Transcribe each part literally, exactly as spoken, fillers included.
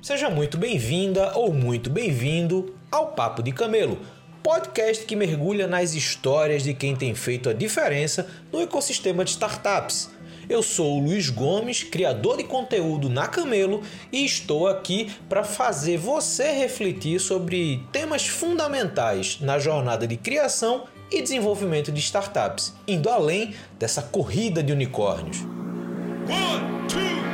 Seja muito bem-vinda ou muito bem-vindo ao Papo de Camelo, podcast que mergulha nas histórias de quem tem feito a diferença no ecossistema de startups. Eu sou o Luiz Gomes, criador de conteúdo na Camelo, e estou aqui para fazer você refletir sobre temas fundamentais na jornada de criação e desenvolvimento de startups, indo além dessa corrida de unicórnios. One, two.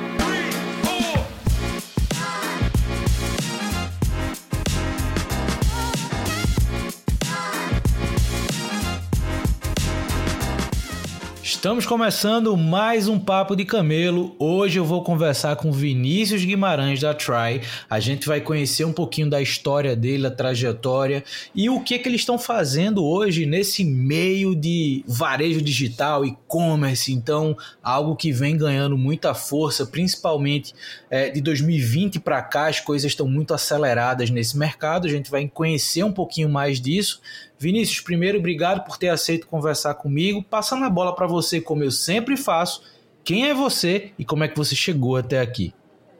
Estamos começando mais um Papo de Camelo. Hoje eu vou conversar com Vinícius Guimarães da Try. A gente vai conhecer um pouquinho da história dele, a trajetória e o que, que eles estão fazendo hoje nesse meio de varejo digital, e-commerce. Então, algo que vem ganhando muita força, principalmente é, de dois mil e vinte para cá, as coisas estão muito aceleradas nesse mercado. A gente vai conhecer um pouquinho mais disso. Vinícius, primeiro, obrigado por ter aceito conversar comigo. Passando a bola para você, como eu sempre faço, quem é você e como é que você chegou até aqui?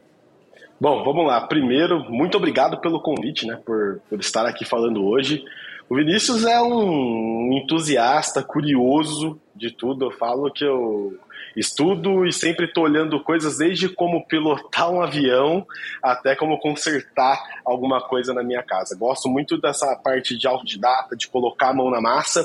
Bom, vamos lá. Primeiro, muito obrigado pelo convite, né, por, por estar aqui falando hoje. O Vinícius é um entusiasta, curioso de tudo. Eu falo que eu estudo e sempre estou olhando coisas, desde como pilotar um avião até como consertar alguma coisa na minha casa. Gosto muito dessa parte de autodidata, de colocar a mão na massa.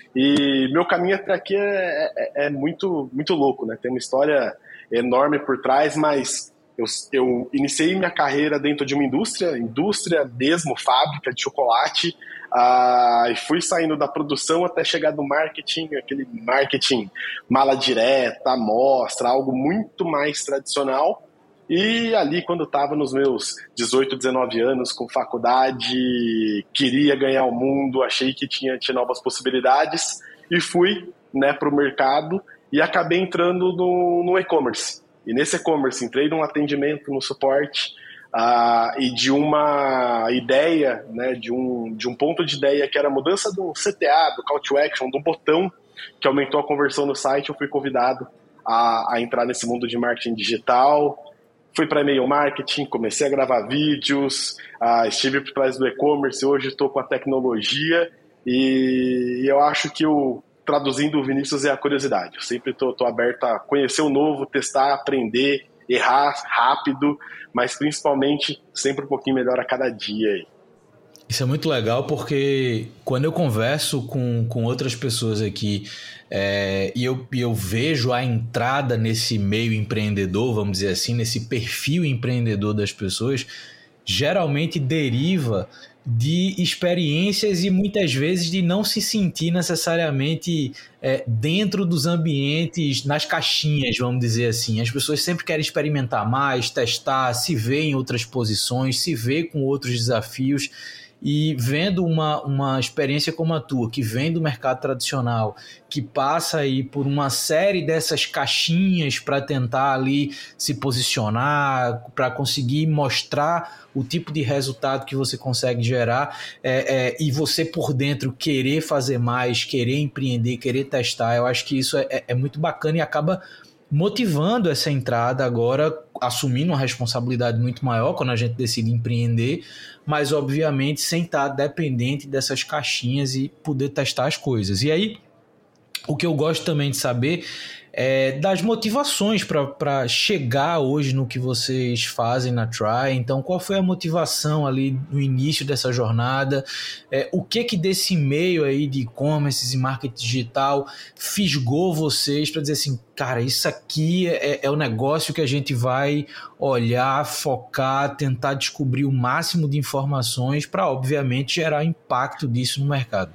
E meu caminho até aqui é, é, é muito, muito louco, né? Tem uma história enorme por trás, mas eu, eu iniciei minha carreira dentro de uma indústria, indústria mesmo, fábrica de chocolate, ah, e fui saindo da produção até chegar no marketing, aquele marketing mala direta, amostra, algo muito mais tradicional. E ali, quando eu estava nos meus dezoito, dezenove anos, com faculdade, queria ganhar o mundo, achei que tinha, tinha novas possibilidades e fui, né, para o mercado e acabei entrando no, no e-commerce. E nesse e-commerce entrei num atendimento, no suporte, uh, e de uma ideia, né, de, um, de um ponto de ideia que era a mudança do C T A, do Call to Action, do botão que aumentou a conversão no site. Eu fui convidado a, a entrar nesse mundo de marketing digital. Fui para e-mail marketing, comecei a gravar vídeos, uh, estive por trás do e-commerce, hoje estou com a tecnologia e eu acho que o traduzindo o Vinícius é a curiosidade. Eu sempre estou aberto a conhecer o novo, testar, aprender, errar rápido, mas principalmente sempre um pouquinho melhor a cada dia aí. Isso é muito legal porque quando eu converso com, com outras pessoas aqui é, e eu, eu vejo a entrada nesse meio empreendedor, vamos dizer assim, nesse perfil empreendedor das pessoas, geralmente deriva de experiências e muitas vezes de não se sentir necessariamente é, dentro dos ambientes, nas caixinhas, vamos dizer assim. As pessoas sempre querem experimentar mais, testar, se ver em outras posições, se ver com outros desafios. E vendo uma, uma experiência como a tua, que vem do mercado tradicional, que passa aí por uma série dessas caixinhas para tentar ali se posicionar, para conseguir mostrar o tipo de resultado que você consegue gerar, é, é, e você por dentro querer fazer mais, querer empreender, querer testar, eu acho que isso é, é muito bacana e acaba motivando essa entrada agora, assumindo uma responsabilidade muito maior quando a gente decide empreender, mas obviamente sem estar dependente dessas caixinhas e poder testar as coisas. E aí, o que eu gosto também de saber é das motivações para chegar hoje no que vocês fazem na Try. Então, qual foi a motivação ali no início dessa jornada? É, o que que desse meio aí de e-commerce e marketing digital fisgou vocês para dizer assim, cara, isso aqui é, é o negócio que a gente vai olhar, focar, tentar descobrir o máximo de informações para, obviamente, gerar impacto disso no mercado?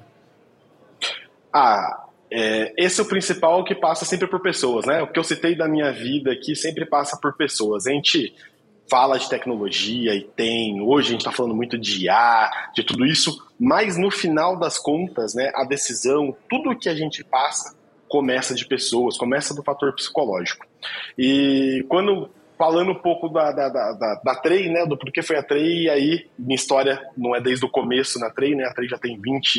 Ah... É, esse é o principal, que passa sempre por pessoas, né? O que eu citei da minha vida aqui sempre passa por pessoas. A gente fala de tecnologia e tem, hoje a gente está falando muito de I A, de tudo isso, mas no final das contas, né, a decisão, tudo que a gente passa começa de pessoas, começa do fator psicológico. E quando, falando um pouco da, da, da, da, da Tray, né, do porquê foi a Tray, e aí minha história não é desde o começo na Tray, né? A Tray já tem vinte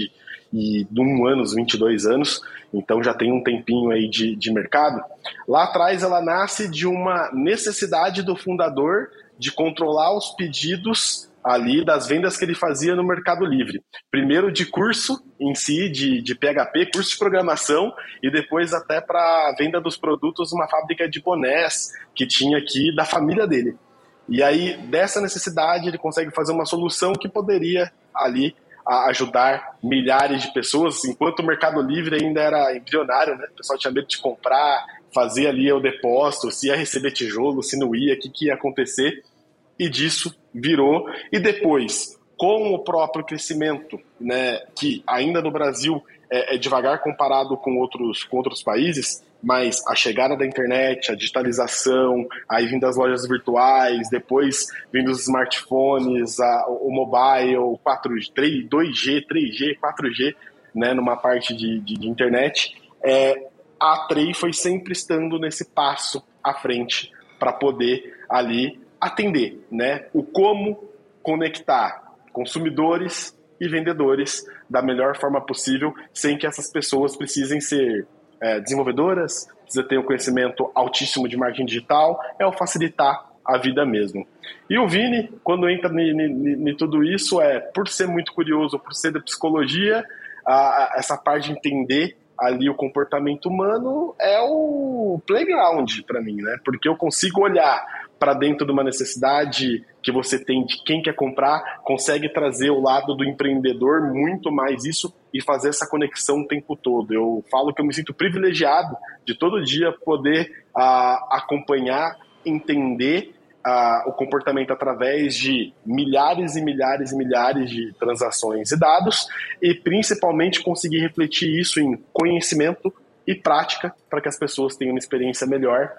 e um ano, vinte e dois anos, então já tem um tempinho aí de, de mercado. Lá atrás ela nasce de uma necessidade do fundador de controlar os pedidos ali das vendas que ele fazia no Mercado Livre. Primeiro de curso em si, de, de P H P, curso de programação, e depois até para a venda dos produtos numa fábrica de bonés que tinha aqui da família dele. E aí, dessa necessidade, ele consegue fazer uma solução que poderia ali ajudar milhares de pessoas, enquanto o Mercado Livre ainda era embrionário, né? O pessoal tinha medo de comprar, fazer ali o depósito, se ia receber tijolo, se não ia, o que, que ia acontecer, e disso virou. E depois, com o próprio crescimento, né, que ainda no Brasil é, é devagar comparado com outros, com outros países, mas a chegada da internet, a digitalização, aí vindo as lojas virtuais, depois vindo os smartphones, a, o mobile, quatro G, três, dois G, três G, quatro G, né, numa parte de, de, de internet, é, a Tray foi sempre estando nesse passo à frente para poder ali atender, né, o como conectar consumidores e vendedores da melhor forma possível, sem que essas pessoas precisem ser É, desenvolvedoras, precisa ter um conhecimento altíssimo de marketing digital, é o facilitar a vida mesmo. E o Vini, quando entra em tudo isso, é por ser muito curioso, por ser da psicologia, a, a, essa parte de entender ali o comportamento humano é o playground para mim, né? Porque eu consigo olhar para dentro de uma necessidade que você tem de quem quer comprar, consegue trazer o lado do empreendedor muito mais isso e fazer essa conexão o tempo todo. Eu falo que eu me sinto privilegiado de todo dia poder uh, acompanhar, entender uh, o comportamento através de milhares e milhares e milhares de transações e dados, e principalmente conseguir refletir isso em conhecimento e prática para que as pessoas tenham uma experiência melhor,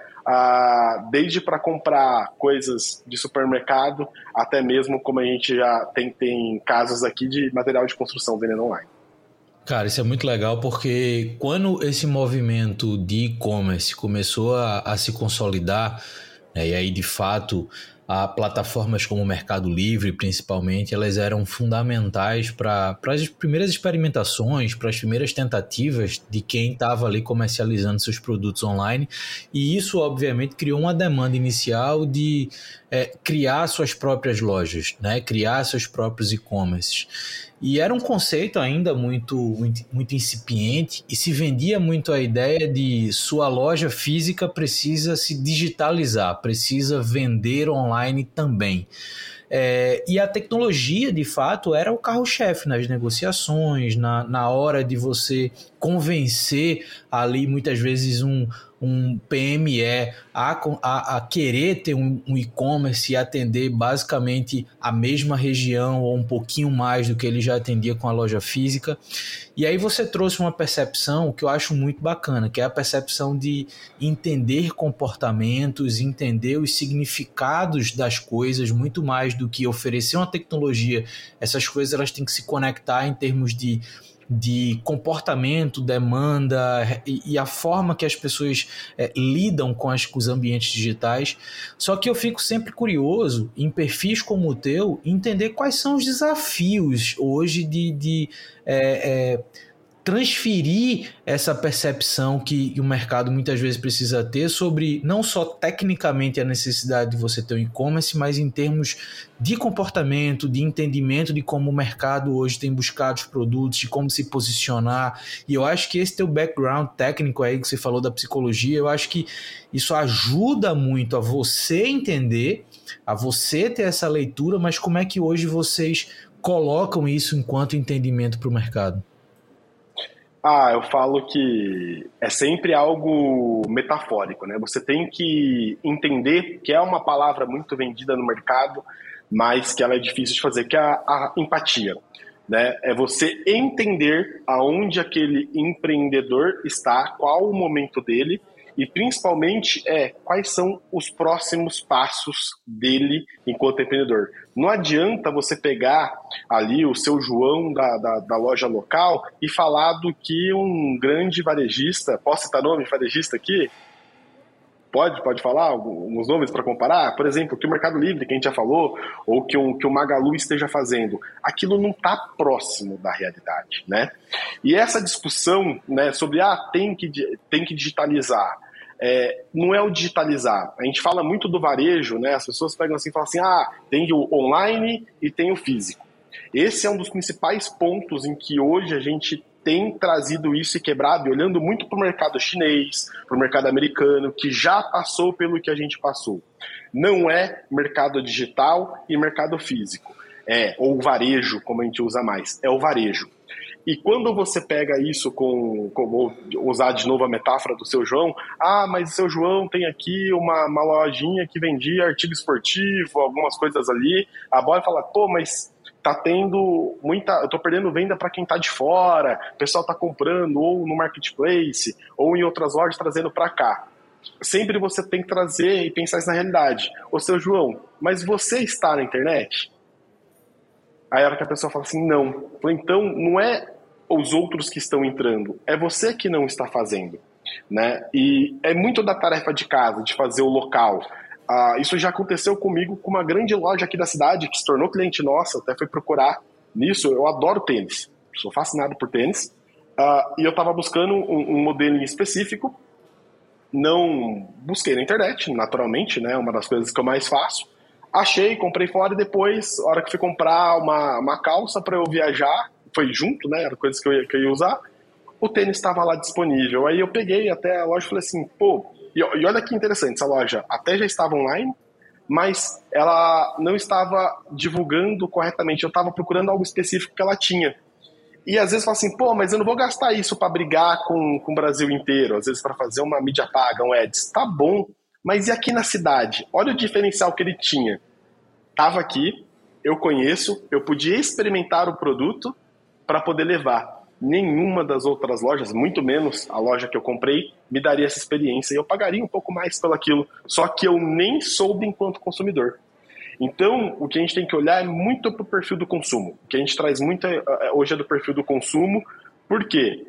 uh, desde para comprar coisas de supermercado, até mesmo como a gente já tem, tem casos aqui de material de construção vendendo online. Cara, isso é muito legal porque quando esse movimento de e-commerce começou a, a se consolidar, né, e aí de fato a plataformas como o Mercado Livre, principalmente, elas eram fundamentais para as primeiras experimentações, para as primeiras tentativas de quem estava ali comercializando seus produtos online. E isso, obviamente, criou uma demanda inicial de é, criar suas próprias lojas, né? Criar seus próprios e-commerces. E era um conceito ainda muito, muito, muito incipiente e se vendia muito a ideia de sua loja física precisa se digitalizar, precisa vender online também. É, e a tecnologia, de fato, era o carro-chefe nas negociações, na, na hora de você convencer ali, muitas vezes, um, um P M E a, a, a querer ter um, um e-commerce e atender basicamente a mesma região ou um pouquinho mais do que ele já atendia com a loja física. E aí você trouxe uma percepção que eu acho muito bacana, que é a percepção de entender comportamentos, entender os significados das coisas, muito mais do que oferecer uma tecnologia. Essas coisas elas têm que se conectar em termos de de comportamento, demanda e, e a forma que as pessoas é, lidam com, as, com os ambientes digitais. Só que eu fico sempre curioso, em perfis como o teu, entender quais são os desafios hoje de, de é, é, transferir essa percepção que o mercado muitas vezes precisa ter sobre não só tecnicamente a necessidade de você ter um e-commerce, mas em termos de comportamento, de entendimento de como o mercado hoje tem buscado os produtos, de como se posicionar. E eu acho que esse teu background técnico aí que você falou da psicologia, eu acho que isso ajuda muito a você entender, a você ter essa leitura, mas como é que hoje vocês colocam isso enquanto entendimento para o mercado? Ah, eu falo que é sempre algo metafórico, né? Você tem que entender que é uma palavra muito vendida no mercado, mas que ela é difícil de fazer, que é a, a empatia, né? É você entender aonde aquele empreendedor está, qual o momento dele e principalmente é quais são os próximos passos dele enquanto empreendedor. Não adianta você pegar ali o seu João da, da, da loja local e falar do que um grande varejista, posso citar nome varejista aqui? Pode, pode falar alguns nomes para comparar? Por exemplo, que o Mercado Livre, que a gente já falou, ou que o, que o Magalu esteja fazendo, aquilo não está próximo da realidade, né? E essa discussão, né, sobre, ah, tem que, tem que digitalizar, é, não é o digitalizar. A gente fala muito do varejo, né? As pessoas pegam assim e falam assim, ah, tem o online e tem o físico. Esse é um dos principais pontos em que hoje a gente tem trazido isso e quebrado, e olhando muito para o mercado chinês, para o mercado americano, que já passou pelo que a gente passou. Não é mercado digital e mercado físico, é, ou varejo, como a gente usa mais, é o varejo. E quando você pega isso com, com vou usar de novo a metáfora do seu João, ah, mas o seu João tem aqui uma, uma lojinha que vendia artigo esportivo, algumas coisas ali, a bola fala, pô, mas tá tendo muita, eu tô perdendo venda para quem tá de fora, o pessoal tá comprando ou no marketplace ou em outras lojas trazendo para cá. Sempre você tem que trazer e pensar isso na realidade. Ô seu João, mas você está na internet? Aí a hora que a pessoa fala assim, não. Então não é os outros que estão entrando, é você que não está fazendo, né? E é muito da tarefa de casa, de fazer o local. Uh, isso já aconteceu comigo com uma grande loja aqui da cidade, que se tornou cliente nossa, até foi procurar nisso. Eu adoro tênis, sou fascinado por tênis, uh, e eu estava buscando um, um modelo em específico, não busquei na internet, naturalmente, né, uma das coisas que eu mais faço, achei, comprei fora e depois, a hora que fui comprar uma, uma calça para eu viajar, foi junto, né, era coisas que eu ia, que eu ia usar, o tênis estava lá disponível, aí eu peguei até a loja e falei assim, pô, E, e olha que interessante, essa loja até já estava online, mas ela não estava divulgando corretamente. Eu estava procurando algo específico que ela tinha. E às vezes fala assim, pô, mas eu não vou gastar isso para brigar com, com o Brasil inteiro, às vezes para fazer uma mídia paga, um ads. Tá bom, mas e aqui na cidade? Olha o diferencial que ele tinha. Estava aqui, eu conheço, eu podia experimentar o produto para poder levar. Nenhuma das outras lojas, muito menos a loja que eu comprei, me daria essa experiência. E eu pagaria um pouco mais pelo aquilo. Só que eu nem soube enquanto consumidor. Então, o que a gente tem que olhar é muito para o perfil do consumo. O que a gente traz muito hoje é do perfil do consumo. Por quê?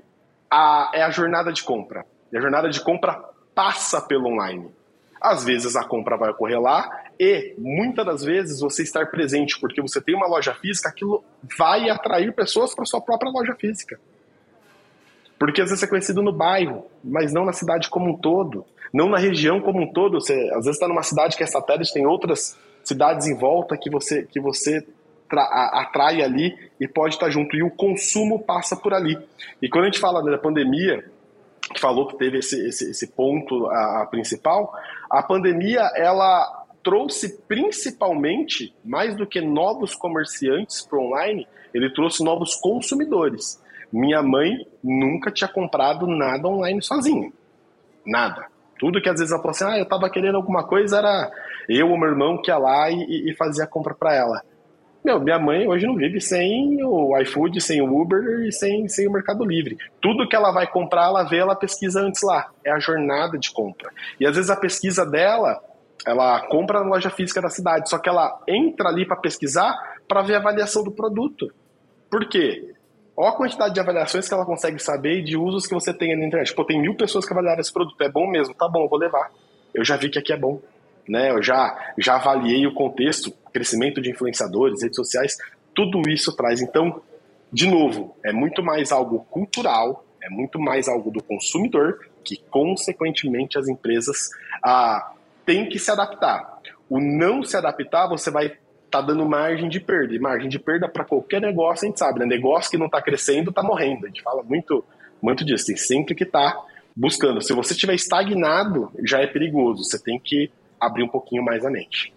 A, é a jornada de compra. E a jornada de compra passa pelo online. Às vezes a compra vai ocorrer lá e muitas das vezes você estar presente porque você tem uma loja física, aquilo vai atrair pessoas para sua própria loja física. Porque às vezes é conhecido no bairro, mas não na cidade como um todo, não na região como um todo. Você às vezes está numa cidade que é satélite, tem outras cidades em volta que você, que você tra- atrai ali e pode estar junto. E o consumo passa por ali. E quando a gente fala da pandemia, que falou que teve esse, esse, esse ponto a, a principal, a pandemia ela trouxe principalmente, mais do que novos comerciantes para o online, ele trouxe novos consumidores. Minha mãe nunca tinha comprado nada online sozinha. Nada. Tudo que às vezes ela falou assim, ah, eu estava querendo alguma coisa, era eu ou meu irmão que ia lá e, e fazia a compra para ela. Meu, minha mãe hoje não vive sem o iFood, sem o Uber e sem, sem o Mercado Livre. Tudo que ela vai comprar, ela vê, ela pesquisa antes lá. É a jornada de compra. E às vezes a pesquisa dela, ela compra na loja física da cidade, só que ela entra ali para pesquisar para ver a avaliação do produto. Por quê? Olha a quantidade de avaliações que ela consegue saber e de usos que você tem na internet. Pô, tem mil pessoas que avaliaram esse produto. É bom mesmo? Tá bom, eu vou levar. Eu já vi que aqui é bom. Né? Eu já, já avaliei o contexto, crescimento de influenciadores, redes sociais, tudo isso traz. Então, de novo, é muito mais algo cultural, é muito mais algo do consumidor, que consequentemente as empresas ah, têm que se adaptar. O não se adaptar, você vai estar tá dando margem de perda, e margem de perda para qualquer negócio, a gente sabe, né? Negócio que não está crescendo está morrendo, a gente fala muito, muito disso, tem sempre que estar tá buscando. Se você estiver estagnado, já é perigoso, você tem que abrir um pouquinho mais a mente.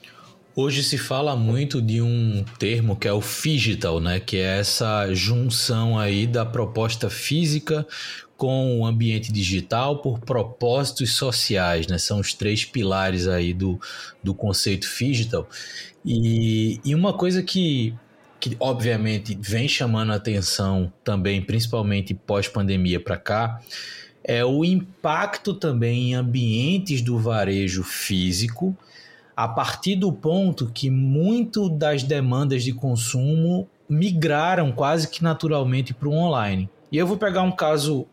Hoje se fala muito de um termo que é o phygital, né? Que é essa junção aí da proposta física com o ambiente digital por propósitos sociais, né? São os três pilares aí do, do conceito phygital. E, e uma coisa que, que obviamente vem chamando a atenção também, principalmente pós-pandemia para cá, é o impacto também em ambientes do varejo físico, a partir do ponto que muito das demandas de consumo migraram quase que naturalmente para o online. E eu vou pegar um caso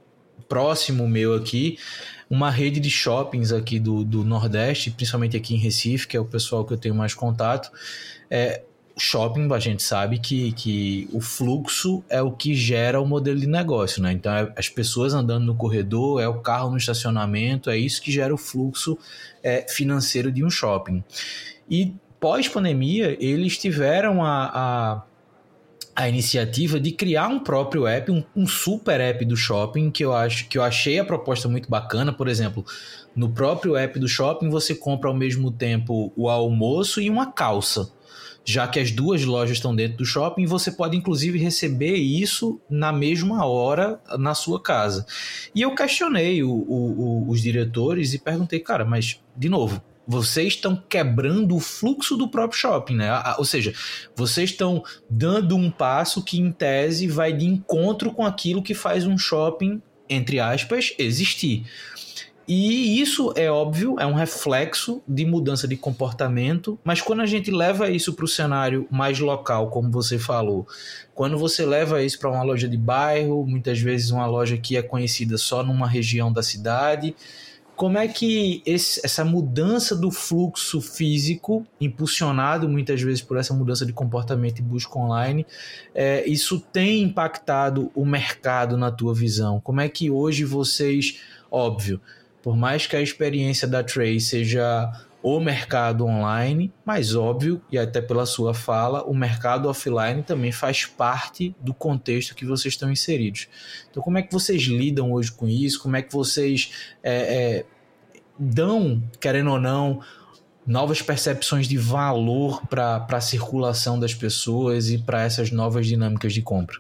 próximo meu aqui, uma rede de shoppings aqui do, do Nordeste, principalmente aqui em Recife, que é o pessoal que eu tenho mais contato. É, shopping, a gente sabe que, que o fluxo é o que gera o modelo de negócio, né? Então, é as pessoas andando no corredor, é o carro no estacionamento, é isso que gera o fluxo é, financeiro de um shopping. E pós-pandemia, eles tiveram a, a, a iniciativa de criar um próprio app, um, um super app do shopping, que eu, acho, que eu achei a proposta muito bacana. Por exemplo, no próprio app do shopping, você compra ao mesmo tempo o almoço e uma calça. Já que as duas lojas estão dentro do shopping, você pode inclusive receber isso na mesma hora na sua casa. E eu questionei o, o, o, os diretores e perguntei, cara, mas, de novo, vocês estão quebrando o fluxo do próprio shopping, né? Ou seja, vocês estão dando um passo que, em tese, vai de encontro com aquilo que faz um shopping, entre aspas, existir. E isso, é óbvio, é um reflexo de mudança de comportamento, mas quando a gente leva isso para o cenário mais local, como você falou, quando você leva isso para uma loja de bairro, muitas vezes uma loja que é conhecida só numa região da cidade, como é que esse, essa mudança do fluxo físico, impulsionado muitas vezes por essa mudança de comportamento e busca online, é, isso tem impactado o mercado na tua visão? Como é que hoje vocês, óbvio, por mais que a experiência da Tray seja o mercado online, mas óbvio, e até pela sua fala, o mercado offline também faz parte do contexto que vocês estão inseridos. Então, como é que vocês lidam hoje com isso? Como é que vocês é, é, dão, querendo ou não, novas percepções de valor para a circulação das pessoas e para essas novas dinâmicas de compra?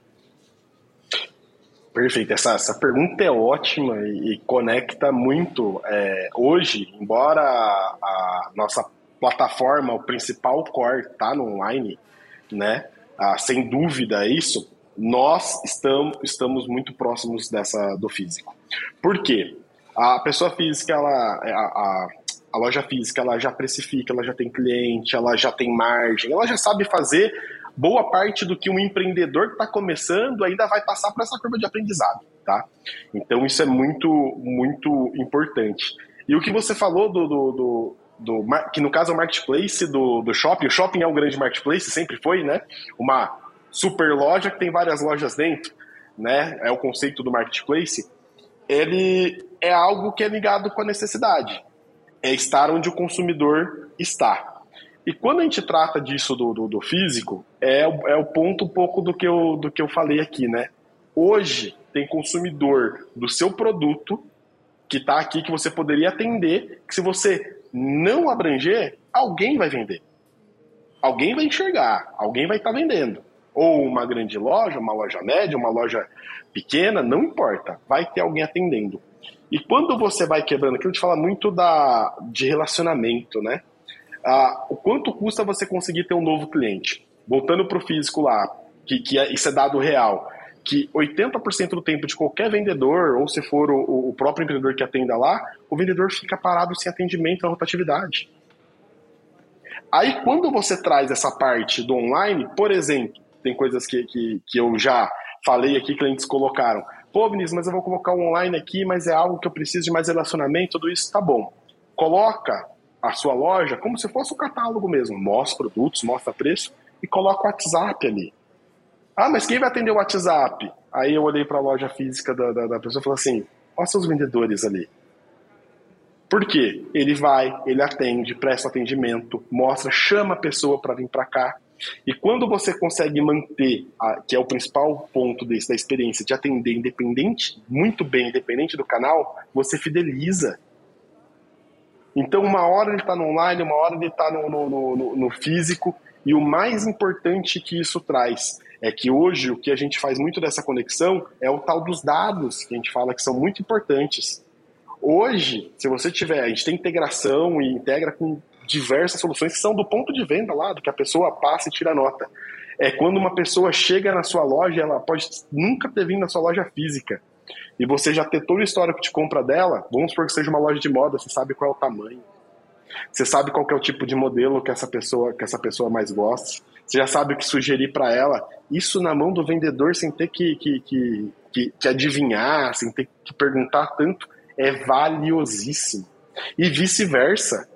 Perfeito, essa, essa pergunta é ótima e, e conecta muito. É, hoje, embora a, a nossa plataforma, o principal core está no online, né? Ah, sem dúvida isso, nós estamos, estamos muito próximos dessa, do físico. Por quê? A pessoa física, ela, a, a, a loja física, ela já precifica, ela já tem cliente, ela já tem margem, ela já sabe fazer boa parte do que um empreendedor que está começando ainda vai passar por essa curva de aprendizado, tá? Então isso é muito, muito importante. E o que você falou do, do, do, do que no caso é o marketplace do, do shopping, o shopping é um grande marketplace, sempre foi, né? Uma super loja que tem várias lojas dentro, né? É o conceito do marketplace. Ele é algo que é ligado com a necessidade, é estar onde o consumidor está. E quando a gente trata disso do, do, do físico, é, é o ponto um pouco do que, eu, do que eu falei aqui, né? Hoje tem consumidor do seu produto que está aqui, que você poderia atender, que se você não abranger, alguém vai vender. Alguém vai enxergar, alguém vai estar tá vendendo. Ou uma grande loja, uma loja média, uma loja pequena, não importa, vai ter alguém atendendo. E quando você vai quebrando, aquilo a gente fala muito da, de relacionamento, né? Ah, o quanto custa você conseguir ter um novo cliente? Voltando para o físico lá, que, que é, isso é dado real, que oitenta por cento do tempo de qualquer vendedor, ou se for o, o próprio empreendedor que atenda lá, o vendedor fica parado sem atendimento na rotatividade. Aí quando você traz essa parte do online, por exemplo, tem coisas que, que, que eu já falei aqui, clientes colocaram, pô, Vinícius, mas eu vou colocar o online aqui, mas é algo que eu preciso de mais relacionamento, tudo isso, tá bom. Coloca a sua loja como se fosse um catálogo mesmo. Mostra produtos, mostra preço e coloca o WhatsApp ali. Ah, mas quem vai atender o WhatsApp? Aí eu olhei para a loja física da, da, da pessoa e falei assim, olha seus vendedores ali. Por quê? Ele vai, ele atende, presta atendimento, mostra, chama a pessoa para vir para cá. E quando você consegue manter, a, que é o principal ponto desse, da experiência, de atender independente, muito bem independente do canal, você fideliza. Então, uma hora ele está no online, uma hora ele está no, no, no, no físico, e o mais importante que isso traz é que hoje o que a gente faz muito dessa conexão é o tal dos dados, que a gente fala que são muito importantes. Hoje, se você tiver, a gente tem integração e integra com diversas soluções que são do ponto de venda lá, do que a pessoa passa e tira nota. É quando uma pessoa chega na sua loja, ela pode nunca ter vindo na sua loja física, e você já ter todo o histórico de compra dela, vamos supor que seja uma loja de moda, você sabe qual é o tamanho, você sabe qual que é o tipo de modelo que essa pessoa, que essa pessoa mais gosta, você já sabe o que sugerir para ela, isso na mão do vendedor sem ter que, que, que, que, que adivinhar, sem ter que perguntar tanto, é valiosíssimo. E vice-versa.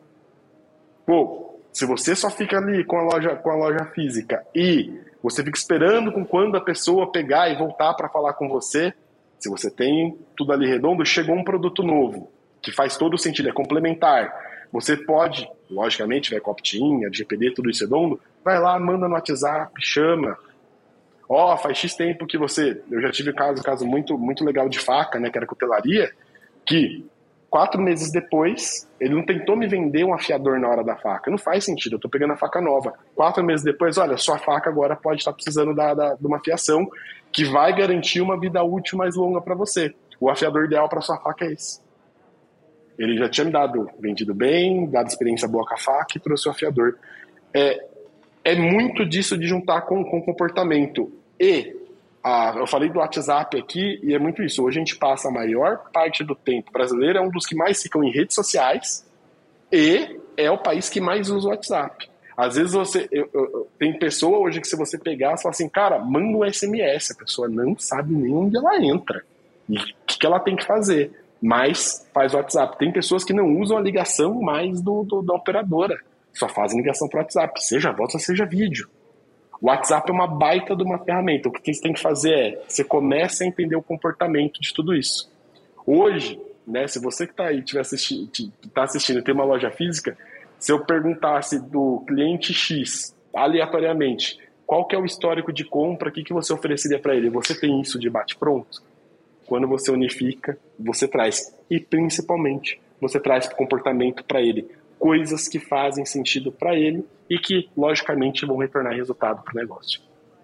Pô, se você só fica ali com a loja, com a loja física e você fica esperando com quando a pessoa pegar e voltar para falar com você, se você tem tudo ali redondo, chegou um produto novo, que faz todo sentido, é complementar. Você pode, logicamente, vai com a opt-in, L G P D, tudo isso redondo, vai lá, manda no WhatsApp, chama. Ó, oh, faz X tempo que você... Eu já tive um caso, um caso muito, muito legal de faca, né, que era cutelaria, que quatro meses depois, ele não tentou me vender um afiador na hora da faca. Não faz sentido, eu tô pegando a faca nova. Quatro meses depois, olha, sua faca agora pode estar precisando da, da, de uma afiação que vai garantir uma vida útil mais longa para você. O afiador ideal para sua faca é esse. Ele já tinha me dado, vendido bem, dado experiência boa com a faca e trouxe o afiador. É, é muito disso de juntar com, com comportamento. E a, eu falei do WhatsApp aqui, e é muito isso. Hoje a gente passa a maior parte do tempo. O brasileiro é um dos que mais ficam em redes sociais e é o país que mais usa o WhatsApp. Às vezes você eu, eu, tem pessoa hoje que se você pegar, você fala assim, cara, manda um S M S. A pessoa não sabe nem onde ela entra e o que, que ela tem que fazer. Mas faz o WhatsApp. Tem pessoas que não usam a ligação mais do, do, da operadora. Só fazem ligação para o WhatsApp, seja voz ou seja vídeo. O WhatsApp é uma baita de uma ferramenta. O que você tem que fazer é, você começa a entender o comportamento de tudo isso. Hoje, né, se você que está aí, estiver assistindo, tá assistindo e tem uma loja física, se eu perguntasse do cliente X, aleatoriamente, qual que é o histórico de compra, o que, que você ofereceria para ele? Você tem isso de bate-pronto? Quando você unifica, você traz. E, principalmente, você traz comportamento para ele. Coisas que fazem sentido para ele e que, logicamente, vão retornar resultado para o negócio.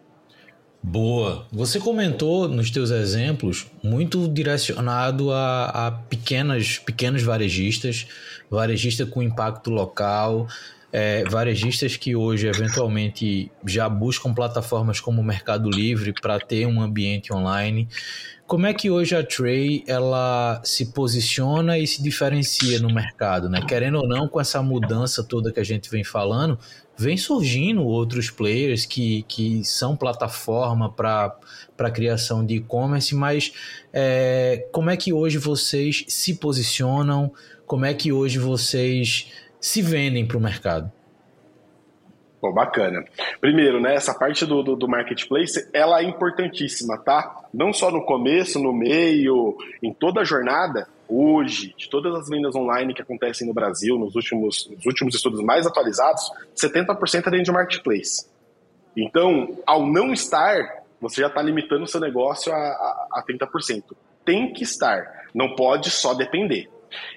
Boa. Você comentou nos teus exemplos muito direcionado a, a pequenas, pequenos varejistas, varejista com impacto local, é, varejistas que hoje, eventualmente, já buscam plataformas como o Mercado Livre para ter um ambiente online. Como é que hoje a Tray ela se posiciona e se diferencia no mercado, né? Querendo ou não, com essa mudança toda que a gente vem falando, vem surgindo outros players que, que são plataforma para a criação de e-commerce, mas é, como é que hoje vocês se posicionam? Como é que hoje vocês se vendem para o mercado? Bom, bacana. Primeiro, né, essa parte do, do, do marketplace, ela é importantíssima, tá? Não só no começo, no meio, em toda a jornada, hoje, de todas as vendas online que acontecem no Brasil, nos últimos, nos últimos estudos mais atualizados, setenta por cento é dentro de marketplace. Então, ao não estar, você já está limitando o seu negócio a, a, a trinta por cento. Tem que estar, não pode só depender.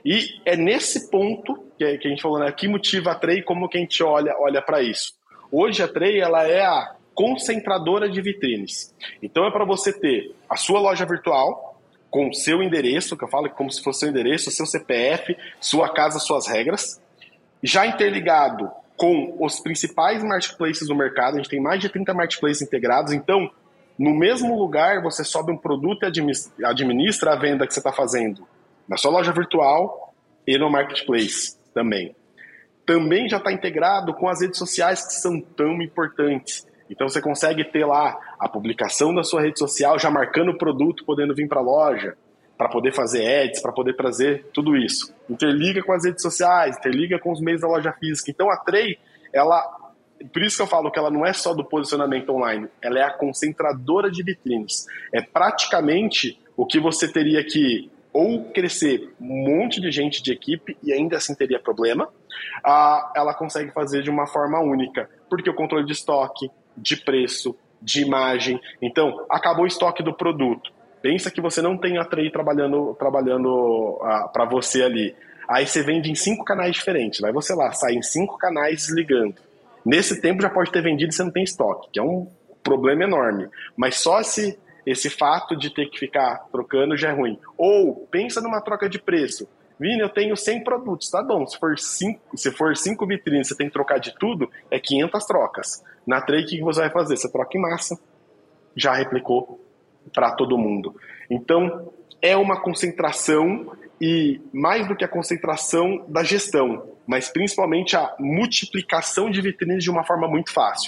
E é nesse ponto que a gente falou, né, que motiva a Tray, como que a gente olha, olha para isso. Hoje a Tray ela é a concentradora de vitrines. Então é para você ter a sua loja virtual com o seu endereço, que eu falo como se fosse seu endereço, seu C P F, sua casa, suas regras, já interligado com os principais marketplaces do mercado. A gente tem mais de trinta marketplaces integrados, então no mesmo lugar você sobe um produto e administra a venda que você está fazendo na sua loja virtual e no marketplace também. Também já está integrado com as redes sociais que são tão importantes. Então você consegue ter lá a publicação da sua rede social já marcando o produto, podendo vir para a loja, para poder fazer ads, para poder trazer tudo isso. Interliga com as redes sociais, interliga com os meios da loja física. Então a Tray, ela, por isso que eu falo que ela não é só do posicionamento online, ela é a concentradora de vitrines. É praticamente o que você teria que ou crescer um monte de gente de equipe e ainda assim teria problema, ah, ela consegue fazer de uma forma única, porque o controle de estoque, de preço, de imagem. Então, acabou o estoque do produto. Pensa que você não tem a Tray trabalhando, trabalhando ah, para você ali. Aí você vende em cinco canais diferentes. Vai você lá, sai em cinco canais desligando. Nesse tempo já pode ter vendido e você não tem estoque, que é um problema enorme. Mas só se... Esse fato de ter que ficar trocando já é ruim. Ou, pensa numa troca de preço. Vini, eu tenho cem produtos, tá bom. Se for cinco, se for cinco vitrines, você tem que trocar de tudo, é quinhentas trocas. Na Tray, o que você vai fazer? Você troca em massa. Já replicou para todo mundo. Então, é uma concentração e mais do que a concentração da gestão, mas principalmente a multiplicação de vitrines de uma forma muito fácil.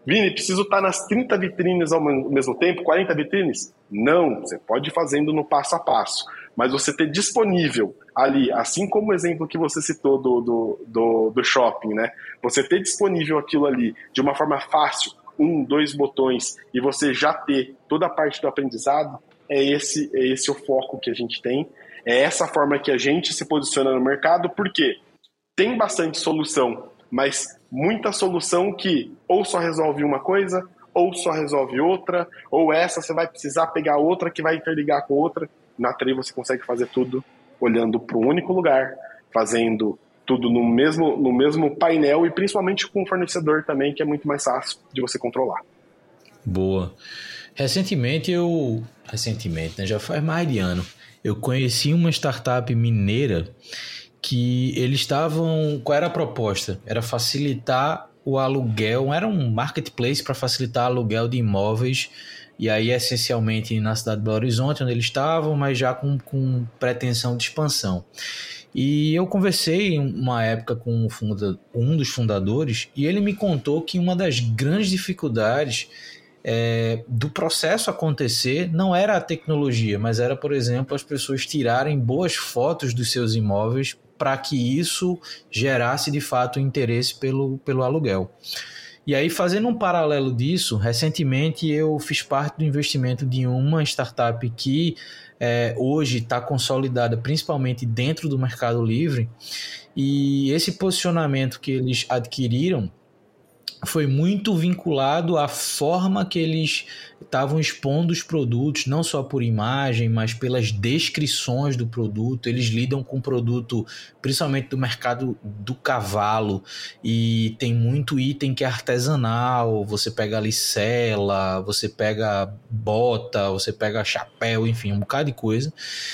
Vini, preciso estar nas trinta vitrines ao mesmo tempo, quarenta vitrines? Não, você pode ir fazendo no passo a passo. Mas você ter disponível ali, assim como o exemplo que você citou do, do, do, do shopping, né? Você ter disponível aquilo ali de uma forma fácil, um, dois botões, e você já ter toda a parte do aprendizado, é esse, é esse o foco que a gente tem. É essa forma que a gente se posiciona no mercado, porque tem bastante solução, mas muita solução que ou só resolve uma coisa, ou só resolve outra, ou essa você vai precisar pegar outra que vai interligar com outra. Na Tray você consegue fazer tudo olhando para um único lugar, fazendo tudo no mesmo, no mesmo painel e principalmente com o fornecedor também, que é muito mais fácil de você controlar. Boa. Recentemente eu... Recentemente, né? Já faz mais de ano. Eu conheci uma startup mineira que eles estavam... Qual era a proposta? Era facilitar o aluguel, era um marketplace para facilitar o aluguel de imóveis, e aí essencialmente na cidade de Belo Horizonte, onde eles estavam, mas já com, com pretensão de expansão. E eu conversei em uma época com o funda, um dos fundadores, e ele me contou que uma das grandes dificuldades é, do processo acontecer não era a tecnologia, mas era, por exemplo, as pessoas tirarem boas fotos dos seus imóveis para que isso gerasse de fato interesse pelo, pelo aluguel. E aí, fazendo um paralelo disso, recentemente eu fiz parte do investimento de uma startup que é, hoje está consolidada principalmente dentro do Mercado Livre, e esse posicionamento que eles adquiriram foi muito vinculado à forma que eles estavam expondo os produtos, não só por imagem, mas pelas descrições do produto. Eles lidam com produto, principalmente do mercado do cavalo, e tem muito item que é artesanal. Você pega ali sela, você pega bota, você pega chapéu, enfim, um bocado de coisa.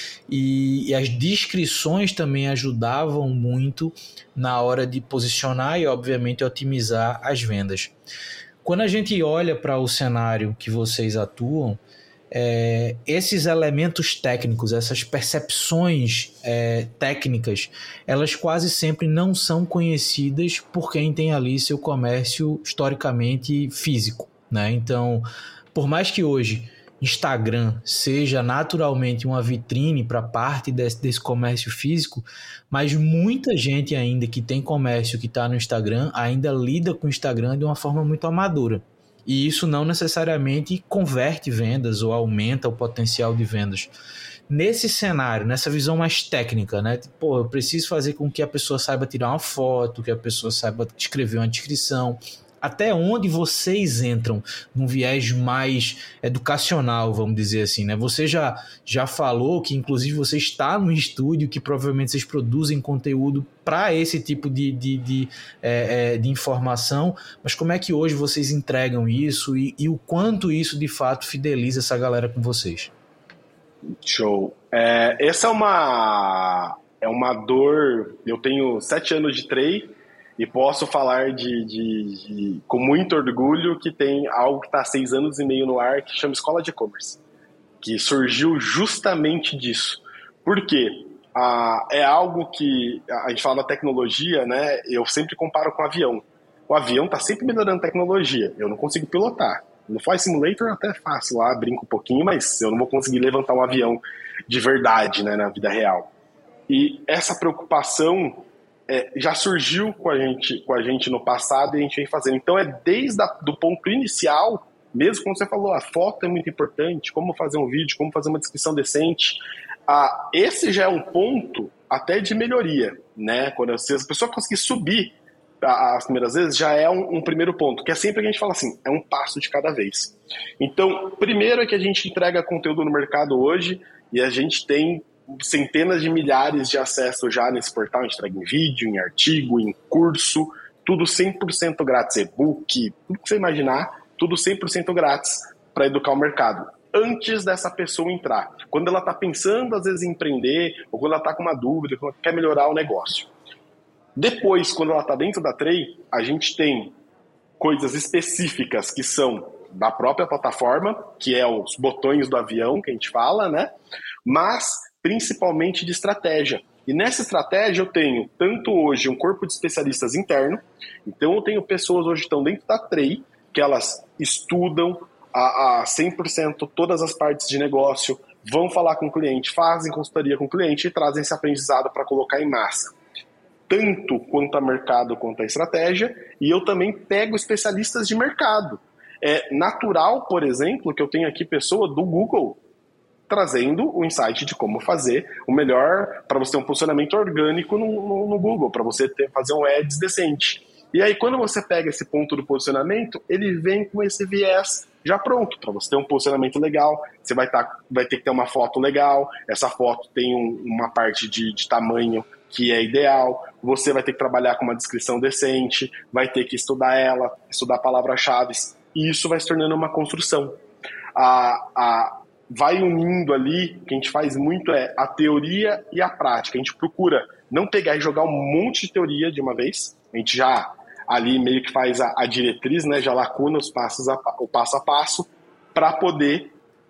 E, e as descrições também ajudavam muito na hora de posicionar e, obviamente, otimizar as vendas. Quando a gente olha para o cenário que vocês atuam, é, esses elementos técnicos, essas percepções é, técnicas, elas quase sempre não são conhecidas por quem tem ali seu comércio historicamente físico, né? Então, por mais que hoje Instagram seja naturalmente uma vitrine para parte desse, desse comércio físico, mas muita gente ainda que tem comércio que está no Instagram ainda lida com o Instagram de uma forma muito amadora. E isso não necessariamente converte vendas ou aumenta o potencial de vendas. Nesse cenário, nessa visão mais técnica, né? Pô, eu preciso fazer com que a pessoa saiba tirar uma foto, que a pessoa saiba escrever uma descrição. Até onde vocês entram num viés mais educacional, vamos dizer assim, né? Você já, já falou que, inclusive, você está no estúdio, que provavelmente vocês produzem conteúdo para esse tipo de, de, de, é, de informação, mas como é que hoje vocês entregam isso e, e o quanto isso, de fato, fideliza essa galera com vocês? Show. É, essa é uma, é uma dor... Eu tenho sete anos de Tray, e posso falar de, de, de, com muito orgulho que tem algo que está há seis anos e meio no ar que chama Escola de E-Commerce, que surgiu justamente disso. Por quê? Ah, é algo que a gente fala da tecnologia, né? Eu sempre comparo com o avião. O avião está sempre melhorando tecnologia. Eu não consigo pilotar. No Flight Simulator até é fácil lá, brinco um pouquinho, mas eu não vou conseguir levantar um avião de verdade, né, na vida real. E essa preocupação É, já surgiu com a, gente, com a gente no passado e a gente vem fazendo. Então é desde a, do ponto inicial, mesmo como você falou, a foto é muito importante, como fazer um vídeo, como fazer uma descrição decente. Ah, esse já é um ponto até de melhoria, né? Quando se a pessoa conseguir subir as primeiras vezes, já é um, um primeiro ponto, que é sempre que a gente fala assim, é um passo de cada vez. Então, primeiro é que a gente entrega conteúdo no mercado hoje e a gente tem centenas de milhares de acessos já nesse portal. A gente entrega em vídeo, em artigo, em curso, tudo cem por cento grátis, e-book, tudo que você imaginar, tudo cem por cento grátis para educar o mercado. Antes dessa pessoa entrar, quando ela está pensando às vezes em empreender, ou quando ela está com uma dúvida, quando ela quer melhorar o negócio. Depois, quando ela está dentro da Tray, a gente tem coisas específicas que são da própria plataforma, que é os botões do avião que a gente fala, né? Mas principalmente de estratégia. E nessa estratégia eu tenho tanto hoje um corpo de especialistas interno, então eu tenho pessoas hoje que estão dentro da Tray, que elas estudam a, a cem por cento todas as partes de negócio, vão falar com o cliente, fazem consultoria com o cliente e trazem esse aprendizado para colocar em massa. Tanto quanto a mercado, quanto a estratégia, e eu também pego especialistas de mercado. É natural, por exemplo, que eu tenha aqui pessoa do Google trazendo o insight de como fazer o melhor para você ter um posicionamento orgânico no, no, no Google, para você ter, fazer um ads decente. E aí, quando você pega esse ponto do posicionamento, ele vem com esse viés já pronto, para você ter um posicionamento legal. Você vai, tá, vai ter que ter uma foto legal, essa foto tem um, uma parte de, de tamanho que é ideal, você vai ter que trabalhar com uma descrição decente, vai ter que estudar ela, estudar palavras-chave, e isso vai se tornando uma construção. A, a, vai unindo ali, o que a gente faz muito é a teoria e a prática. A gente procura não pegar e jogar um monte de teoria de uma vez, a gente já ali meio que faz a, a diretriz, né, já lacuna os passos a, o passo a passo, para poder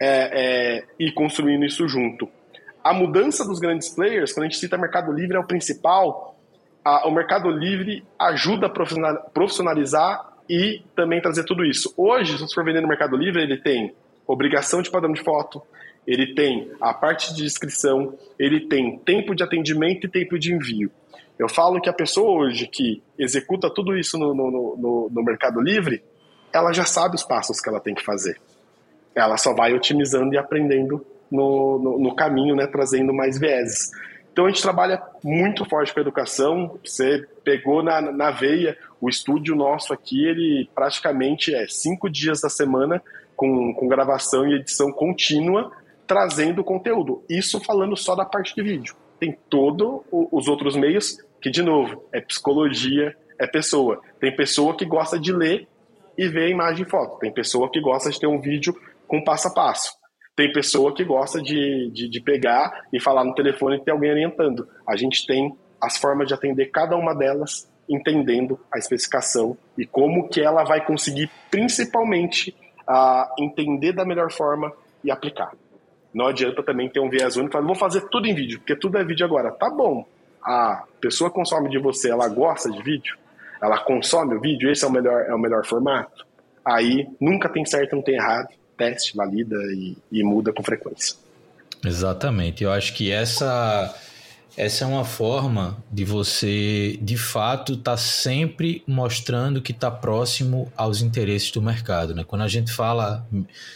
é, é, ir construindo isso junto. A mudança dos grandes players, quando a gente cita Mercado Livre, é o principal. A, o Mercado Livre ajuda a profissionalizar e também trazer tudo isso. Hoje, se você for vender no Mercado Livre, ele tem obrigação de padrão de foto, ele tem a parte de descrição, ele tem tempo de atendimento e tempo de envio. Eu falo que a pessoa hoje que executa tudo isso no, no, no, no Mercado Livre, ela já sabe os passos que ela tem que fazer. Ela só vai otimizando e aprendendo no, no, no caminho, né, trazendo mais vieses. Então a gente trabalha muito forte com a educação. Você pegou na, na veia, o estúdio nosso aqui, ele praticamente é cinco dias da semana com, com gravação e edição contínua, trazendo conteúdo. Isso falando só da parte de vídeo. Tem todos os outros meios, que, de novo, é psicologia, é pessoa. Tem pessoa que gosta de ler e ver a imagem e foto. Tem pessoa que gosta de ter um vídeo com passo a passo. Tem pessoa que gosta de, de, de pegar e falar no telefone e ter alguém orientando. A gente tem as formas de atender cada uma delas, entendendo a especificação e como que ela vai conseguir, principalmente, a entender da melhor forma e aplicar. Não adianta também ter um viés único e falar, vou fazer tudo em vídeo, porque tudo é vídeo agora. Tá bom, a pessoa consome de você, ela gosta de vídeo? Ela consome o vídeo? Esse é o melhor, é o melhor formato? Aí nunca tem certo, não tem errado. Teste, valida e, e muda com frequência. Exatamente. Eu acho que essa, essa é uma forma de você, de fato, estar tá sempre mostrando que está próximo aos interesses do mercado, né? Quando a gente fala...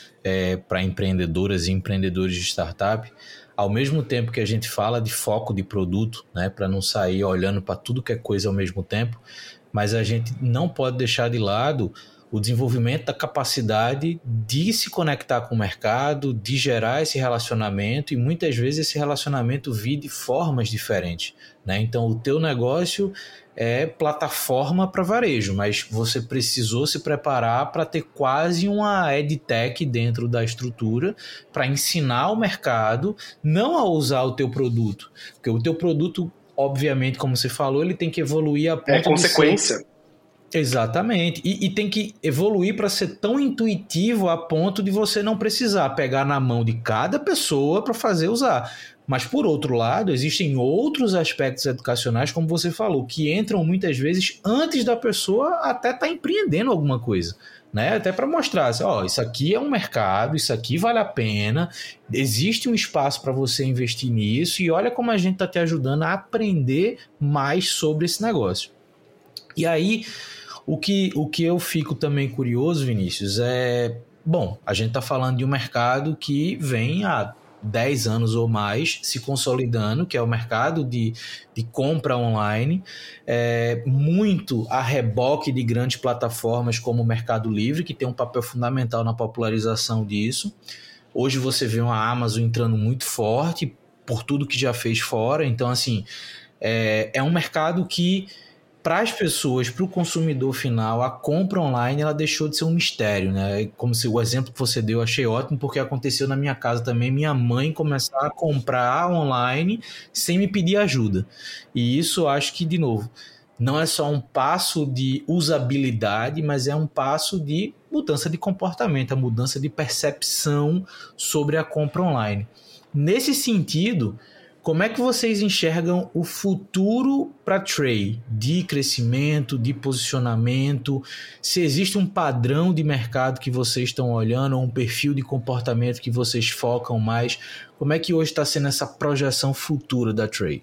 É, para empreendedoras e empreendedores de startup, ao mesmo tempo que a gente fala de foco de produto, né, para não sair olhando para tudo que é coisa ao mesmo tempo, mas a gente não pode deixar de lado o desenvolvimento da capacidade de se conectar com o mercado, de gerar esse relacionamento, e muitas vezes esse relacionamento vir de formas diferentes, né? Então o teu negócio é plataforma para varejo, mas você precisou se preparar para ter quase uma edtech dentro da estrutura para ensinar o mercado não a usar o teu produto, porque o teu produto, obviamente, como você falou, ele tem que evoluir a ponto é consequência. De ser... Exatamente, e, e tem que evoluir para ser tão intuitivo a ponto de você não precisar pegar na mão de cada pessoa para fazer usar. Mas, por outro lado, existem outros aspectos educacionais, como você falou, que entram muitas vezes antes da pessoa até estar tá empreendendo alguma coisa, né? Até para mostrar, assim, ó, isso aqui é um mercado, isso aqui vale a pena, existe um espaço para você investir nisso, e olha como a gente está te ajudando a aprender mais sobre esse negócio. E aí, o que, o que eu fico também curioso, Vinícius, é... Bom, a gente está falando de um mercado que vem há dez anos ou mais se consolidando, que é o mercado de, de compra online, é, muito a reboque de grandes plataformas como o Mercado Livre, que tem um papel fundamental na popularização disso. Hoje você vê uma Amazon entrando muito forte por tudo que já fez fora. Então, assim, é, é um mercado que, para as pessoas, para o consumidor final, a compra online ela deixou de ser um mistério, né? Como se o exemplo que você deu, eu achei ótimo, porque aconteceu na minha casa também, minha mãe começar a comprar online sem me pedir ajuda. E isso eu acho que, de novo, não é só um passo de usabilidade, mas é um passo de mudança de comportamento, a mudança de percepção sobre a compra online. Nesse sentido, Como é que vocês enxergam o futuro para Tray? De crescimento, de posicionamento? Se existe um padrão de mercado que vocês estão olhando, ou um perfil de comportamento que vocês focam mais? Como é que hoje está sendo essa projeção futura da Tray?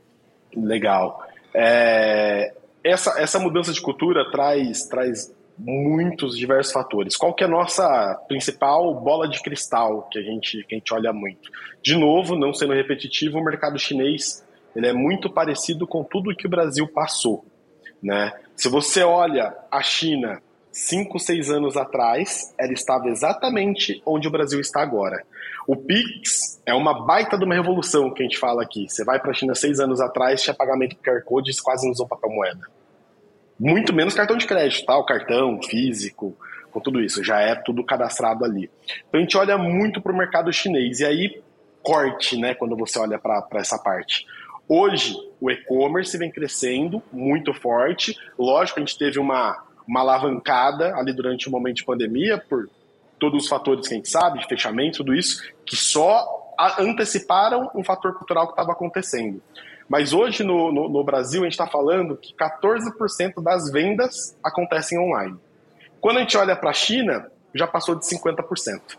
Legal. É, essa, essa mudança de cultura traz, traz muitos diversos fatores. Qual que é a nossa principal bola de cristal que a gente, que a gente olha muito? De novo, não sendo repetitivo, o mercado chinês ele é muito parecido com tudo que o Brasil passou, né? Se você olha a China cinco, seis anos atrás, ela estava exatamente onde o Brasil está agora. O Pix é uma baita de uma revolução que a gente fala aqui. Você vai para a China seis anos atrás, tinha pagamento por Q R Code e quase não usou papel moeda. Muito menos cartão de crédito, tá? O cartão físico, com tudo isso, já é tudo cadastrado ali. Então a gente olha muito para o mercado chinês, e aí corte, né, quando você olha para essa parte. Hoje, o e-commerce vem crescendo muito forte, lógico, a gente teve uma, uma alavancada ali durante o momento de pandemia, por todos os fatores que a gente sabe, de fechamento, tudo isso, que só anteciparam um fator cultural que estava acontecendo. Mas hoje no, no, no Brasil a gente está falando que quatorze por cento das vendas acontecem online. Quando a gente olha para a China, já passou de cinquenta por cento.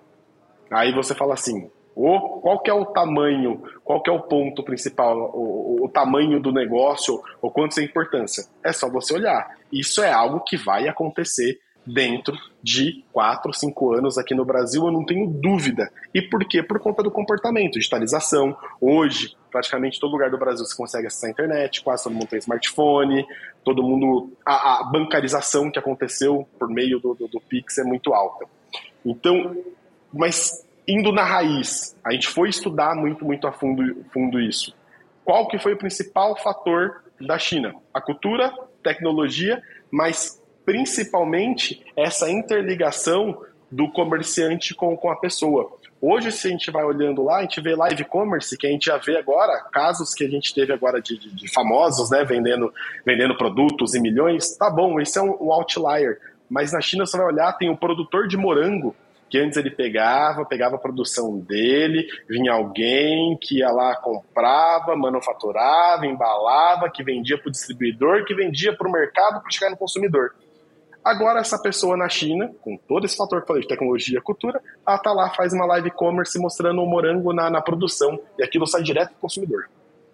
Aí você fala assim, oh, qual que é o tamanho, qual que é o ponto principal, o, o tamanho do negócio, ou quanto tem importância? É só você olhar. Isso é algo que vai acontecer dentro de quatro, cinco anos aqui no Brasil, eu não tenho dúvida. E por quê? Por conta do comportamento, digitalização. Hoje, praticamente todo lugar do Brasil você consegue acessar a internet, quase todo mundo tem smartphone, todo mundo... A, a bancarização que aconteceu por meio do, do, do Pix é muito alta. Então, mas indo na raiz, a gente foi estudar muito, muito a fundo, fundo isso. Qual que foi o principal fator da China? A cultura, tecnologia, mas principalmente essa interligação do comerciante com, com a pessoa. Hoje, se a gente vai olhando lá, a gente vê live commerce, que a gente já vê agora, casos que a gente teve agora de, de, de famosos, né, vendendo, vendendo produtos em milhões. Tá bom, esse é um, um outlier, mas na China você vai olhar, tem um produtor de morango, que antes ele pegava, pegava a produção dele, vinha alguém que ia lá, comprava, manufaturava, embalava, que vendia para o distribuidor, que vendia para o mercado para chegar no consumidor. Agora essa pessoa na China, com todo esse fator que eu falei de tecnologia e cultura, ela tá lá, faz uma live commerce mostrando o morango na, na produção, e aquilo sai direto para o consumidor.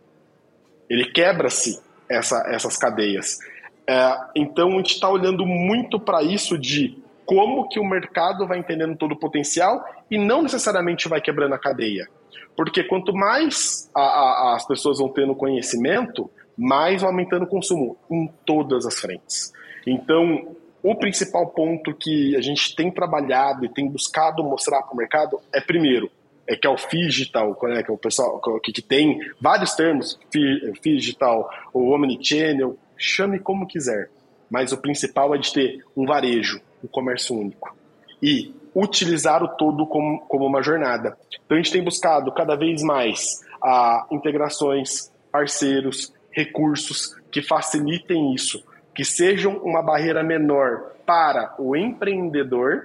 Ele quebra-se essa, essas cadeias. É, então a gente está olhando muito para isso de como que o mercado vai entendendo todo o potencial e não necessariamente vai quebrando a cadeia. Porque quanto mais a, a, as pessoas vão tendo conhecimento, mais vai aumentando o consumo em todas as frentes. Então, o principal ponto que a gente tem trabalhado e tem buscado mostrar para o mercado é, primeiro, é que é o phygital, né, que é o pessoal que, que tem vários termos, phygital, o omnichannel, chame como quiser. Mas o principal é de ter um varejo, um comércio único. E utilizar o todo como, como uma jornada. Então a gente tem buscado cada vez mais a integrações, parceiros, recursos que facilitem isso, que sejam uma barreira menor para o empreendedor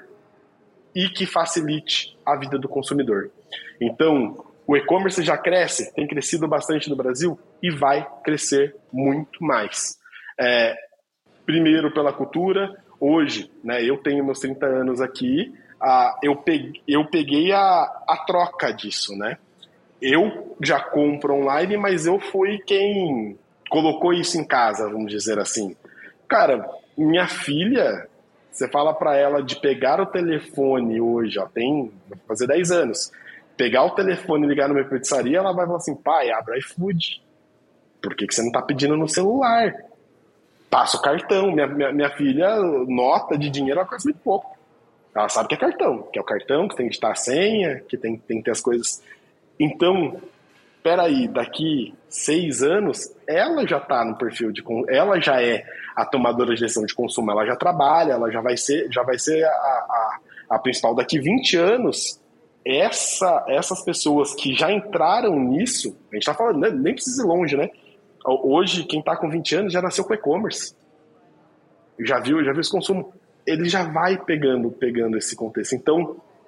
e que facilite a vida do consumidor. Então, o e-commerce já cresce, tem crescido bastante no Brasil e vai crescer muito mais. É, primeiro pela cultura, hoje, né, eu tenho meus trinta anos aqui, ah, eu peguei, eu peguei a, a troca disso, né? Eu já compro online, mas eu fui quem colocou isso em casa, vamos dizer assim. Cara, minha filha, você fala para ela de pegar o telefone hoje, ó, tem, vai fazer dez anos, pegar o telefone e ligar numa pizzaria, ela vai falar assim, pai, abre iFood. Por que, que você não tá pedindo no celular? Passa o cartão. Minha, minha, minha filha, nota de dinheiro, ela conhece muito pouco. Ela sabe que é cartão, que é o cartão, que tem que estar a senha, que tem, tem que ter as coisas. Então, peraí, daqui seis anos, ela já está no perfil de... Ela já é a tomadora de decisão de consumo, ela já trabalha, ela já vai ser, já vai ser a, a, a principal. Daqui vinte anos, essa, essas pessoas que já entraram nisso, a gente está falando, né, nem precisa ir longe, né? Hoje, quem está com vinte anos já nasceu com e-commerce. Já viu, já viu esse consumo. Ele já vai pegando, pegando esse contexto. Então,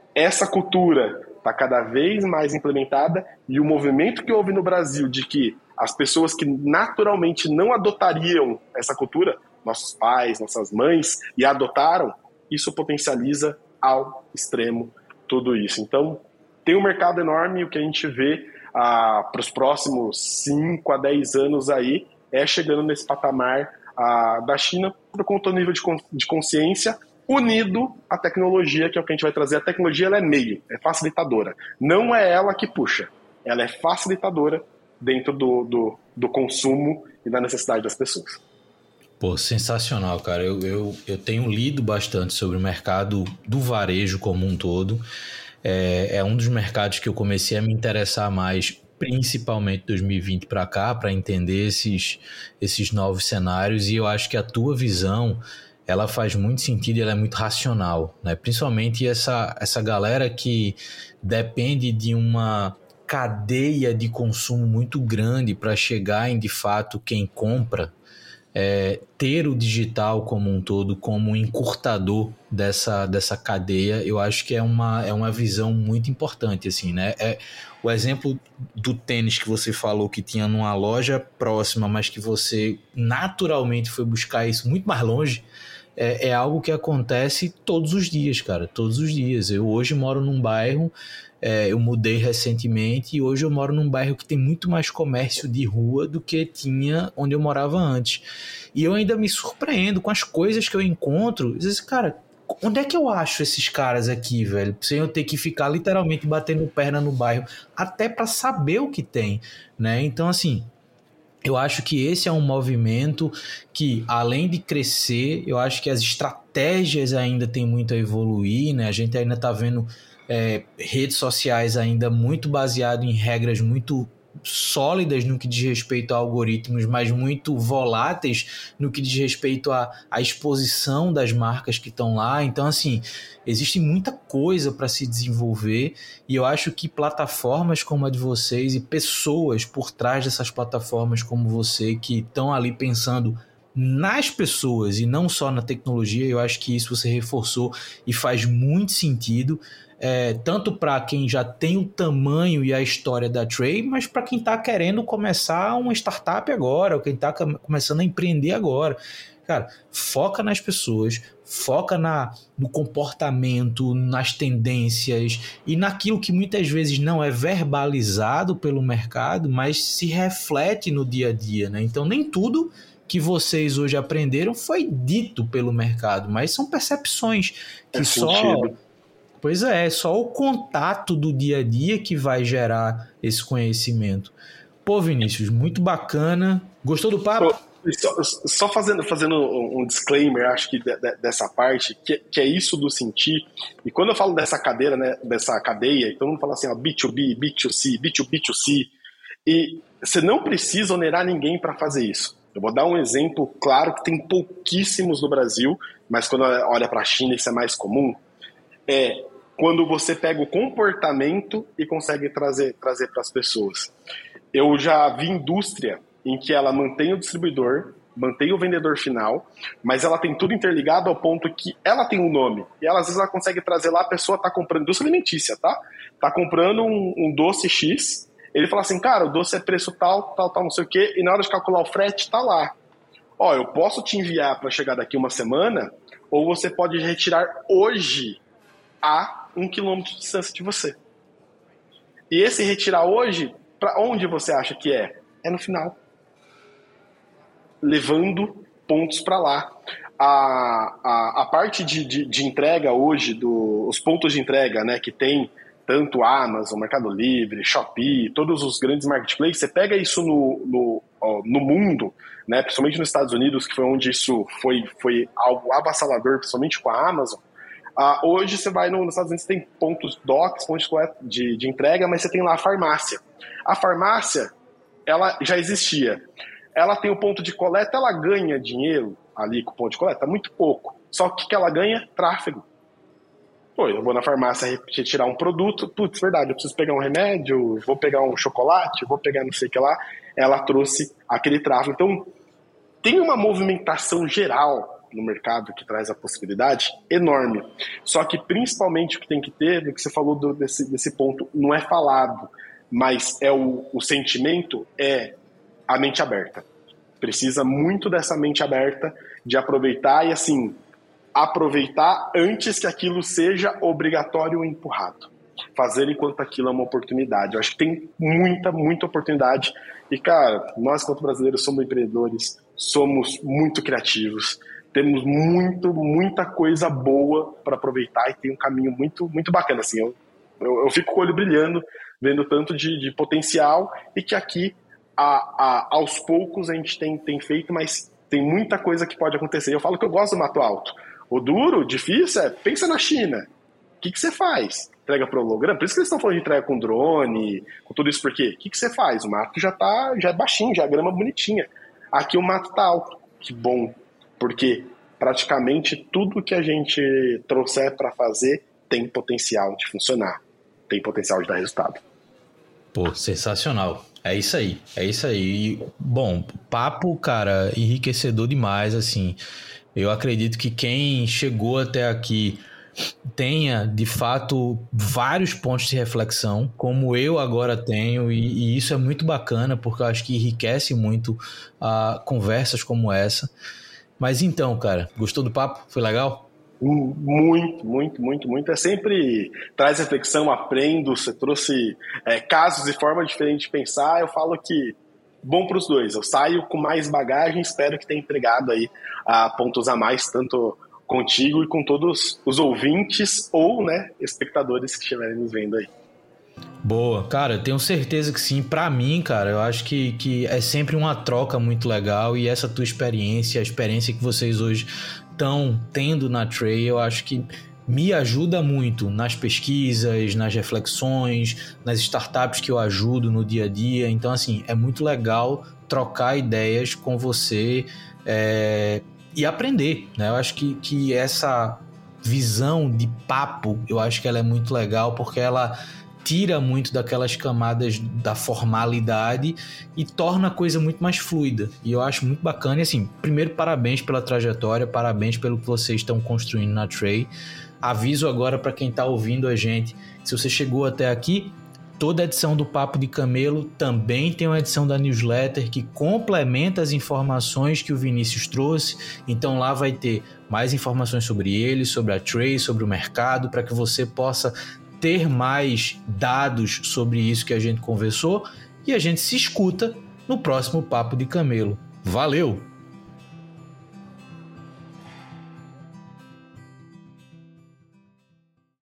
essa cultura está cada vez mais implementada e o movimento que houve no Brasil de que as pessoas que naturalmente não adotariam essa cultura, nossos pais, nossas mães, e adotaram, isso potencializa ao extremo tudo isso. Então, tem um mercado enorme e o que a gente vê ah, para os próximos cinco a dez anos aí é chegando nesse patamar ah, da China por conta do nível de, de consciência unido à tecnologia, que é o que a gente vai trazer. A tecnologia ela é meio, é facilitadora. Não é ela que puxa, ela é facilitadora dentro do, do, do consumo e da necessidade das pessoas. Pô, sensacional, cara. Eu, eu, eu tenho lido bastante sobre o mercado do varejo como um todo. É, é um dos mercados que eu comecei a me interessar mais, principalmente dois mil e vinte para cá, para entender esses, esses novos cenários. E eu acho que a tua visão, ela faz muito sentido e ela é muito racional, né? Principalmente essa, essa galera que depende de uma cadeia de consumo muito grande para chegar em, de fato, quem compra, é, ter o digital como um todo como um encurtador dessa, dessa cadeia, eu acho que é uma, é uma visão muito importante, assim, né? É, o exemplo do tênis que você falou que tinha numa loja próxima, mas que você naturalmente foi buscar isso muito mais longe, é, é algo que acontece todos os dias, cara, todos os dias. Eu hoje moro num bairro, é, eu mudei recentemente e hoje eu moro num bairro que tem muito mais comércio de rua do que tinha onde eu morava antes. E eu ainda me surpreendo com as coisas que eu encontro. E diz, cara, onde é que eu acho esses caras aqui, velho? Sem eu ter que ficar literalmente batendo perna no bairro, até para saber o que tem, né? Então, assim, eu acho que esse é um movimento que, além de crescer, eu acho que as estratégias ainda têm muito a evoluir, né? A gente ainda está vendo é, redes sociais ainda muito baseado em regras muito sólidas no que diz respeito a algoritmos, mas muito voláteis no que diz respeito à, à exposição das marcas que estão lá. Então, assim, existe muita coisa para se desenvolver e eu acho que plataformas como a de vocês e pessoas por trás dessas plataformas como você que estão ali pensando nas pessoas e não só na tecnologia, eu acho que isso você reforçou e faz muito sentido. É, tanto para quem já tem o tamanho e a história da Tray, mas para quem está querendo começar uma startup agora, ou quem está começando a empreender agora. Cara, foca nas pessoas, foca na, no comportamento, nas tendências e naquilo que muitas vezes não é verbalizado pelo mercado, mas se reflete no dia a dia, né? Então, nem tudo que vocês hoje aprenderam foi dito pelo mercado, mas são percepções que é só... Sentido. Pois é, só o contato do dia a dia que vai gerar esse conhecimento. Pô, Vinícius, muito bacana. Gostou do papo? Só, só fazendo, fazendo um disclaimer, acho que de, de, dessa parte, que, que é isso do sentir. E quando eu falo dessa cadeira, né, dessa cadeia, todo mundo fala assim, ó, B dois B, B dois C, B dois B dois C. E você não precisa onerar ninguém para fazer isso. Eu vou dar um exemplo claro que tem pouquíssimos no Brasil, mas quando olha para a China isso é mais comum. É quando você pega o comportamento e consegue trazer, trazer para as pessoas. Eu já vi indústria em que ela mantém o distribuidor, mantém o vendedor final, mas ela tem tudo interligado ao ponto que ela tem um nome. E ela, às vezes ela consegue trazer lá, a pessoa está comprando, indústria alimentícia, tá? Está comprando um, um doce X, ele fala assim, cara, o doce é preço tal, tal, tal, não sei o quê, e na hora de calcular o frete, está lá. Ó, eu posso te enviar para chegar daqui uma semana, ou você pode retirar hoje a um quilômetro de distância de você. E esse retirar hoje, para onde você acha que é? É no final. Levando pontos para lá. A, a, a parte de, de, de entrega hoje, do, os pontos de entrega, né, que tem tanto Amazon, Mercado Livre, Shopee, todos os grandes marketplaces, você pega isso no, no, ó, no mundo, né, principalmente nos Estados Unidos, que foi onde isso foi, foi algo avassalador, principalmente com a Amazon. Uh, hoje você vai no, nos Estados Unidos, tem pontos docks, pontos de, de entrega, mas você tem lá a farmácia. A farmácia, ela já existia. Ela tem o ponto de coleta, ela ganha dinheiro ali com o ponto de coleta? Muito pouco. Só que o que ela ganha? Tráfego. Pô, eu vou na farmácia retirar um produto, putz, verdade, eu preciso pegar um remédio, vou pegar um chocolate, vou pegar não sei o que lá. Ela trouxe aquele tráfego. Então, tem uma movimentação geral no mercado que traz a possibilidade enorme. Só que principalmente o que tem que ter, do que você falou do, desse, desse ponto, não é falado, mas é o, o sentimento, é a mente aberta. Precisa muito dessa mente aberta de aproveitar e assim, aproveitar antes que aquilo seja obrigatório ou empurrado. Fazer enquanto aquilo é uma oportunidade. Eu acho que tem muita, muita oportunidade. E, cara, nós, quanto brasileiros, somos empreendedores, somos muito criativos, temos muito, muita coisa boa para aproveitar e tem um caminho muito, muito bacana. Assim, eu, eu, eu fico com o olho brilhando, vendo tanto de, de potencial e que aqui, a, a, aos poucos, a gente tem, tem feito, mas tem muita coisa que pode acontecer. Eu falo que eu gosto do mato alto. O duro, difícil, é pensa na China. O que, que você faz? Entrega para holograma? Por isso que eles estão falando de entrega com drone, com tudo isso, por quê? O que, que você faz? O mato já, tá, já é baixinho, já é grama bonitinha. Aqui o mato tá alto. Que bom, porque praticamente tudo que a gente trouxer para fazer tem potencial de funcionar, tem potencial de dar resultado. Pô, sensacional. É isso aí, é isso aí. E, bom, papo, cara, enriquecedor demais, assim. Eu acredito que quem chegou até aqui tenha, de fato, vários pontos de reflexão, como eu agora tenho, e, e isso é muito bacana, porque eu acho que enriquece muito uh, conversas como essa. Mas então, cara, gostou do papo? Foi legal? Muito, muito, muito, muito. É sempre traz reflexão, aprendo. Você trouxe é, casos e formas diferentes de pensar. Eu falo que bom para os dois. Eu saio com mais bagagem, espero que tenha entregado aí uh, pontos a mais, tanto contigo e com todos os ouvintes ou, né, espectadores que estiverem nos vendo aí. Boa, cara, eu tenho certeza que sim. Pra mim, cara, eu acho que, que é sempre uma troca muito legal e essa tua experiência, a experiência que vocês hoje estão tendo na Tray, eu acho que me ajuda muito nas pesquisas, nas reflexões, nas startups que eu ajudo no dia a dia. Então, assim, é muito legal trocar ideias com você é, e aprender, né? Eu acho que, que essa visão de papo, eu acho que ela é muito legal porque ela tira muito daquelas camadas da formalidade e torna a coisa muito mais fluida. E eu acho muito bacana. E assim, primeiro, parabéns pela trajetória, parabéns pelo que vocês estão construindo na Tray. Aviso agora para quem está ouvindo a gente, se você chegou até aqui, toda edição do Papo de Camelo também tem uma edição da newsletter que complementa as informações que o Vinícius trouxe. Então lá vai ter mais informações sobre ele, sobre a Tray, sobre o mercado, para que você possa ter mais dados sobre isso que a gente conversou e a gente se escuta no próximo Papo de Camelo. Valeu!